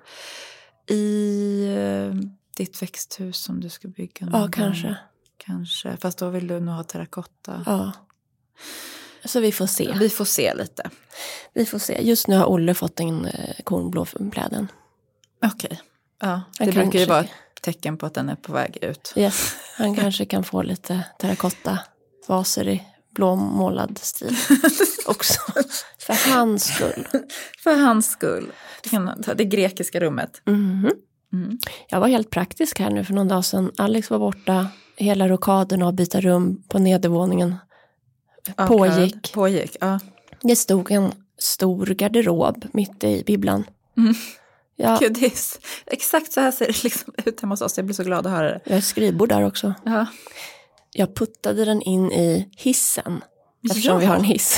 I ditt växthus som du ska bygga. Ja, kanske. Kanske, fast då vill du nog ha terrakotta. Ja. Så vi får se. Vi får se lite. Vi får se. Just nu har Olle fått en kornblå pläden. Okej. Ja, det brukar ju vara ett tecken på att den är på väg ut. Yes, han kanske kan få lite terrakotta vaser i blåmålad stil också. För hans skull. För hans skull. Du kan ta det grekiska rummet. Jag var helt praktisk här nu för någon dag sedan. Alex var borta. Hela rokaden och byta rum på nedervåningen pågick, ja. Det stod en stor garderob mitt i bibblan. Ja. Gud, det är exakt så här ser det liksom ut hemma hos oss. Jag blir så glad att höra det. Jag har skrivbord där också. Ja. Jag puttade den in i hissen. Eftersom vi har en hiss.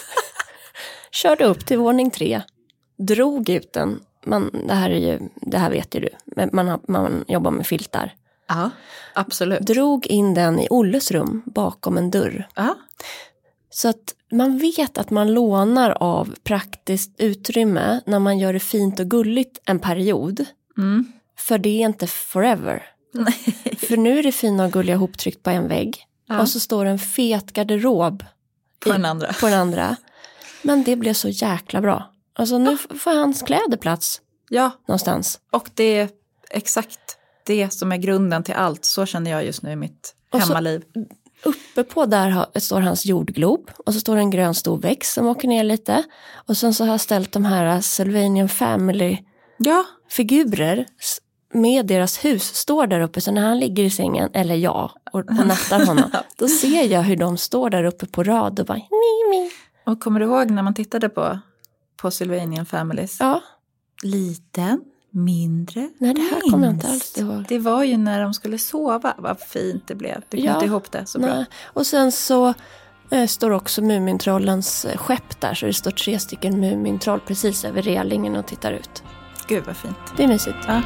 Körde upp till våning 3. Drog ut den. Det här vet ju du. Man jobbar med filtar. Ja, absolut. Drog in den i Olles rum bakom en dörr. Ja. Så att man vet att man lånar av praktiskt utrymme när man gör det fint och gulligt en period. För det är inte forever. Nej. För nu är det fina och gulliga hoptryckt på en vägg. Ja. Och så står en fet garderob på den andra. Men det blev så jäkla bra. Alltså nu får hans kläder plats. Ja. Någonstans. Och det är exakt det som är grunden till allt. Så känner jag just nu i mitt hemmaliv. uppe på där står hans jordglob. Och så står en grön stor växt som åker ner lite. Och sen så har jag ställt de här Sylvanian Family-figurer med deras hus. Står där uppe. Så när han ligger i sängen, eller jag, och nattar honom. Då ser jag hur de står där uppe på rad och bara mi. Och kommer du ihåg när man tittade på Sylvanian Families? Ja. Liten, mindre, nej, det här kommer jag inte alls ihåg. Det var ju när de skulle sova. Vad fint det blev. Du kunde inte ihop det så bra. Och sen så står också Mumintrollens skepp där. Så det står 3 stycken Mumintroll precis över relingen och tittar ut. Gud vad fint. Det är mysigt. Ja.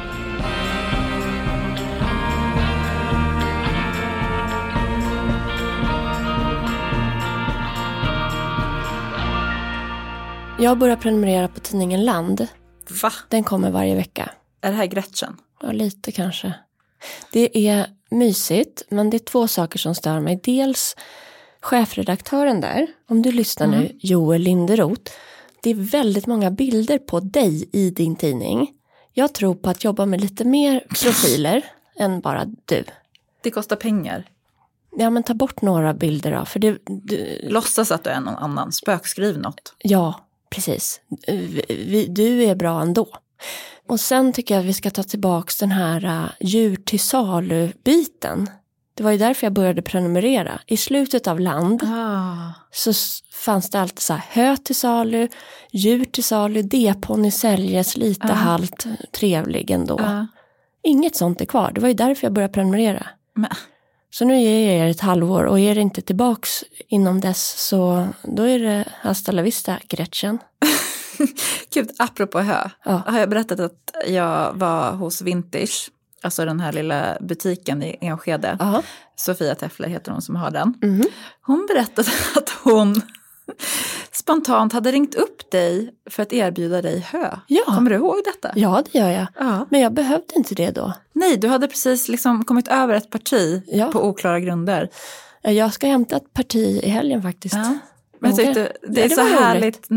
Jag börjar prenumerera på tidningen Land. Va? Den kommer varje vecka. Är det här Gretchen? Ja, lite kanske. Det är mysigt, men det är 2 saker som stör mig. Dels chefredaktören där, om du lyssnar nu, Joel Linderoth. Det är väldigt många bilder på dig i din tidning. Jag tror på att jobba med lite mer profiler än bara du. Det kostar pengar. Ja, men ta bort några bilder då. För låtsas att du är någon annan. Spökskriv något. Ja, precis. Du är bra ändå. Och sen tycker jag att vi ska ta tillbaka den här djur till salu-biten. Det var ju därför jag började prenumerera. I slutet av Land så fanns det alltid så här: hö till salu, djur till salu, D-ponny säljes, lite halt, trevlig ändå. Inget sånt är kvar. Det var ju därför jag började prenumerera. Men. Så nu ger jag er ett halvår och är det inte tillbaks inom dess så då är det hasta la vista, Gretchen. Gud, apropå hö. Ja. Har jag berättat att jag var hos Vintage, alltså den här lilla butiken i Enskede. Sofia Teffler heter hon som har den. Hon berättade att hon spontant hade ringt upp dig för att erbjuda dig hö. Ja. Kommer du ihåg detta? Ja, det gör jag. Ja. Men jag behövde inte det då. Nej, du hade precis liksom kommit över ett parti på oklara grunder. Jag ska hämta ett parti i helgen faktiskt. Ja. Men jag tyckte, det är så härligt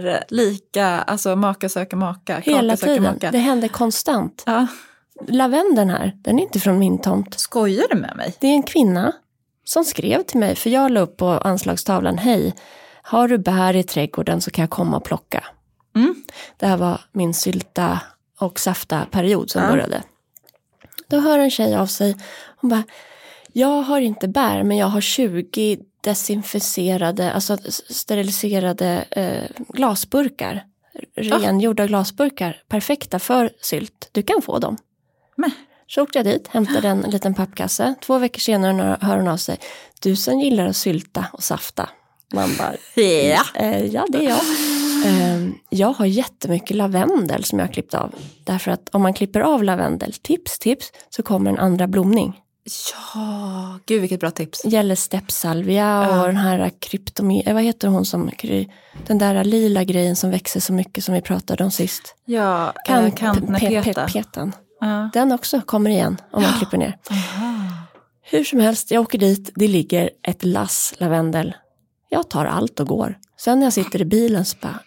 när maka söker maka. Hela tiden. Maka. Det händer konstant. Ja. Lavendeln här, den är inte från min tomt. Skojar du med mig? Det är en kvinna som skrev till mig, för jag la upp på anslagstavlan: hej, har du bär i trädgården så kan jag komma och plocka. Det här var min sylta och safta period som började. Då hör en tjej av sig. Hon bara: jag har inte bär, men jag har 20 desinficerade, alltså steriliserade glasburkar. Rengjorda glasburkar. Perfekta för sylt. Du kan få dem. Så åkte jag dit, hämtade en liten pappkasse. 2 veckor senare hör hon av sig: du som gillar att sylta och safta. Man bara, ja, det är jag. Jag har jättemycket lavendel som jag har klippt av. Därför att om man klipper av lavendel, tips, så kommer en andra blomning. Ja, gud vilket bra tips. Gäller steppsalvia och den här vad heter hon som den där lila grejen som växer så mycket som vi pratade om sist. Ja, kantnepeta. Den också kommer igen om man klipper ner. Hur som helst, jag åker dit, det ligger ett lass lavendel. Jag tar allt och går. Sen när jag sitter i bilen så bara,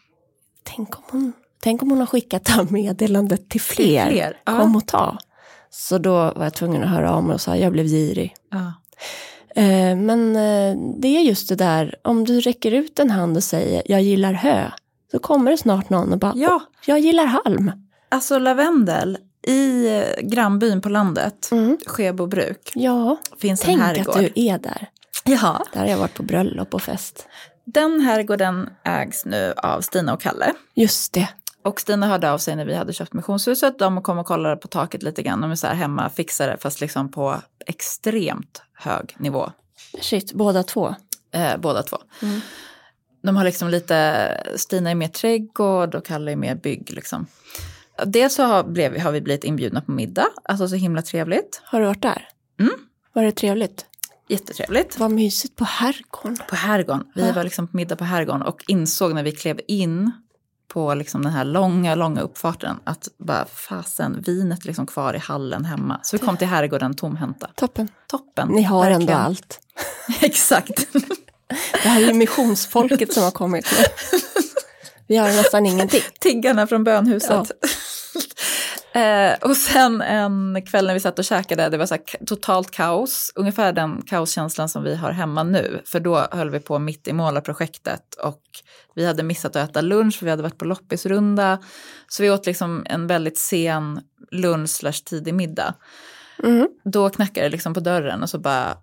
tänk om hon har skickat meddelandet till fler. Kom och ta. Så då var jag tvungen att höra av mig och sa: jag blev girig. Men det är just det där, om du räcker ut en hand och säger jag gillar hö, så kommer det snart någon och bara, jag gillar halm. Alltså lavendel i grannbyn på landet, Skebobruk, finns en herrgård. Tänk att du är där. Ja. Där har jag varit på bröllop och fest. Den herrgården ägs nu av Stina och Kalle. Just det. Och Stina hörde av sig när vi hade köpt missionshuset. De kom och kollade på taket lite grann. De är så här hemma fixare, fast liksom på extremt hög nivå. Shit, båda två? Båda två. De har liksom lite, Stina är mer trädgård och Kalle är mer bygg liksom. Dels så har vi blivit inbjudna på middag. Alltså så himla trevligt. Har du varit där? Var det trevligt? Jättetrevligt. Vad mysigt på herrgården. På herrgården. Vi var liksom på middag på herrgården och insåg när vi klev in på liksom den här långa uppfarten att bara fasen, vinet liksom kvar i hallen hemma. Så vi kom till herrgården tomhänta. Toppen. Ni har verkligen ändå allt. Exakt. Det här är ju missionsfolket som har kommit nu. Vi har nästan ingenting. Tiggarna från bönhuset. Och sen en kväll när vi satt och käkade, det var så här totalt kaos. Ungefär den kaoskänslan som vi har hemma nu. För då höll vi på mitt i målarprojektet och vi hade missat att äta lunch för vi hade varit på loppisrunda. Så vi åt liksom en väldigt sen lunch/tidig middag. Då knackar det liksom på dörren och så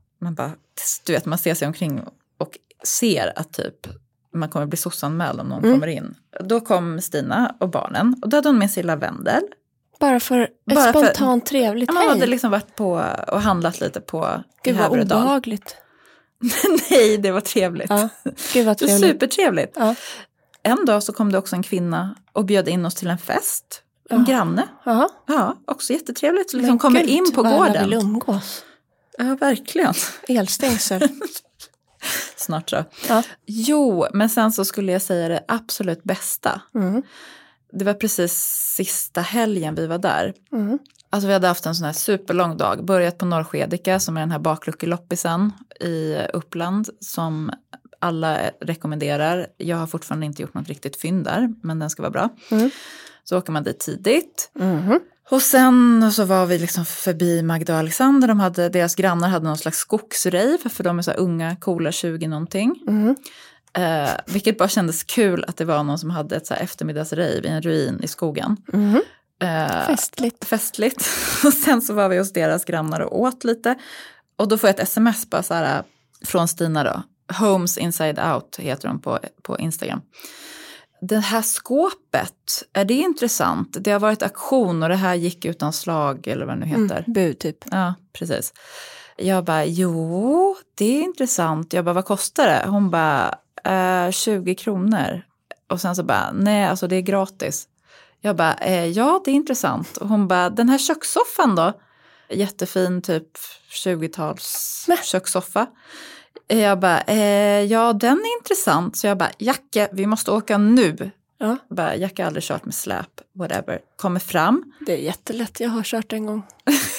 man ser sig omkring och ser att typ man kommer bli sossanmäld om någon kommer in. Då kom Stina och barnen och då hade hon med sig lavendel. Bara för ett spontant trevligt hej. Man hade liksom varit på och handlat lite på Gud vad obehagligt. Nej, det var trevligt. Ja, gud vad trevligt. Det var supertrevligt. Ja. En dag så kom det också en kvinna och bjöd in oss till en fest. En granne. Aha. Ja, också jättetrevligt. Så liksom kommer in på gården. Men vill umgås. Ja, verkligen. Elstängsel. Snart så. Ja. Jo, men sen så skulle jag säga det absolut bästa. Det var precis sista helgen vi var där. Alltså vi hade haft en sån här superlång dag. Börjat på Norrskedika som är den här bakluckeloppisen i Uppland som alla rekommenderar. Jag har fortfarande inte gjort något riktigt fynd där, men den ska vara bra. Så åker man dit tidigt. Och sen så var vi liksom förbi Magda och Alexander. Deras grannar hade någon slags skogsrave för de är så här unga, coola, 20 någonting. Vilket bara kändes kul att det var någon som hade ett så här eftermiddagsrave i en ruin i skogen. Festligt. Och sen så var vi hos deras grannar och åt lite. Och då får jag ett sms bara så här, från Stina då. Homes Inside Out heter de på Instagram. Det här skåpet, är det intressant? Det har varit auktion och det här gick utan slag eller vad det nu heter. Bud typ. Ja, precis. Jag bara, jo, det är intressant. Jag bara, vad kostar det? Hon bara, 20 kronor. Och sen så bara, nej, alltså det är gratis. Jag bara, ja, det är intressant. Och hon bara, den här kökssoffan då? Jättefin, typ 20-tals kökssoffa. Jag bara, ja, den är intressant. Så jag bara, Jacke, vi måste åka nu. Ja. Bara, Jacke har aldrig kört med släp, whatever. Kommer fram. Det är jättelätt, jag har kört en gång.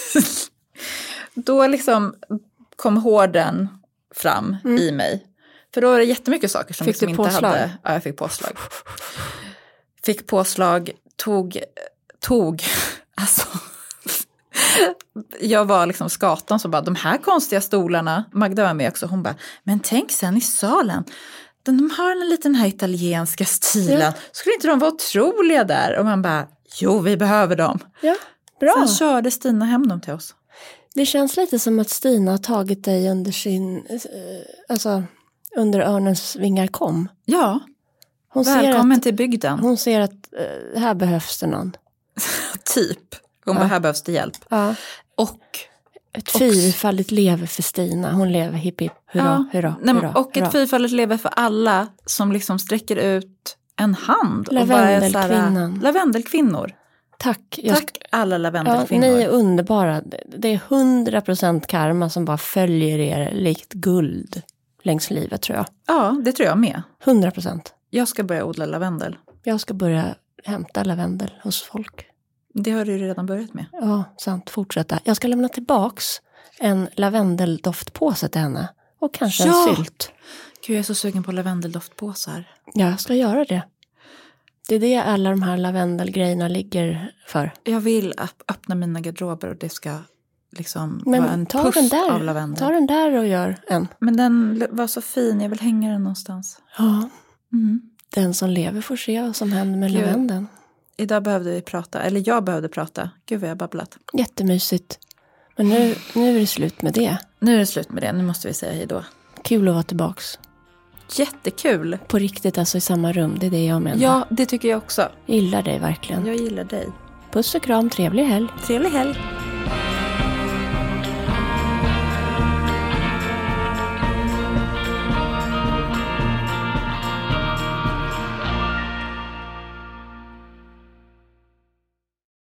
Då liksom kom hården fram i mig. För då var det jättemycket saker som liksom inte hade. Ja, jag fick påslag. Fick påslag, tog, alltså. Jag var liksom skatan så bara, de här konstiga stolarna, Magda var med också, hon bara, men tänk sen i salen, de har en liten här italienska stilen, ja. Skulle inte de vara otroliga där? Och man bara, jo, vi behöver dem. Ja, bra. Sen körde Stina hem dem till oss. Det känns lite som att Stina har tagit dig under under örnens vingar kom. Ja, välkommen till bygden. Hon ser att här behövs det någon. Typ. Hon bara, här behövs det hjälp. Ja. Och ett fyrfaldigt lever för Stina. Hon lever hipp hipp, hurra, hurra, hurra. Och ett fyrfaldigt lever för alla som liksom sträcker ut en hand. Lavendelkvinnan. Lavendelkvinnor. Tack alla lavendelkvinnor. Ja, ni är underbara. Det är 100% karma som bara följer er likt guld längs livet, tror jag. Ja, det tror jag med. 100%. Jag ska börja odla lavendel. Jag ska börja hämta lavendel hos folk. Det har du redan börjat med. Ja, sant. Fortsätta. Jag ska lämna tillbaks en lavendeldoftpåse till henne. Och kanske en sylt. Gud, jag är så sugen på lavendeldoftpåsar. Ja, jag ska göra det. Det är det alla de här lavendelgrejerna ligger för. Jag vill öppna mina garderober och det ska liksom vara en puff av lavendel. Ta den där och gör en. Men den var så fin, jag vill hänga den någonstans. Ja, den som lever får se vad som händer med lavendeln. Idag behövde vi prata, eller jag behövde prata. Gud vad jag babblat. Jättemysigt. Men nu är det slut med det. Nu är det slut med det, nu måste vi säga hej då. Kul att vara tillbaks. Jättekul. På riktigt, alltså i samma rum, det är det jag menar. Ja, det tycker jag också. Gillar dig verkligen. Jag gillar dig. Puss och kram, trevlig helg. Trevlig helg.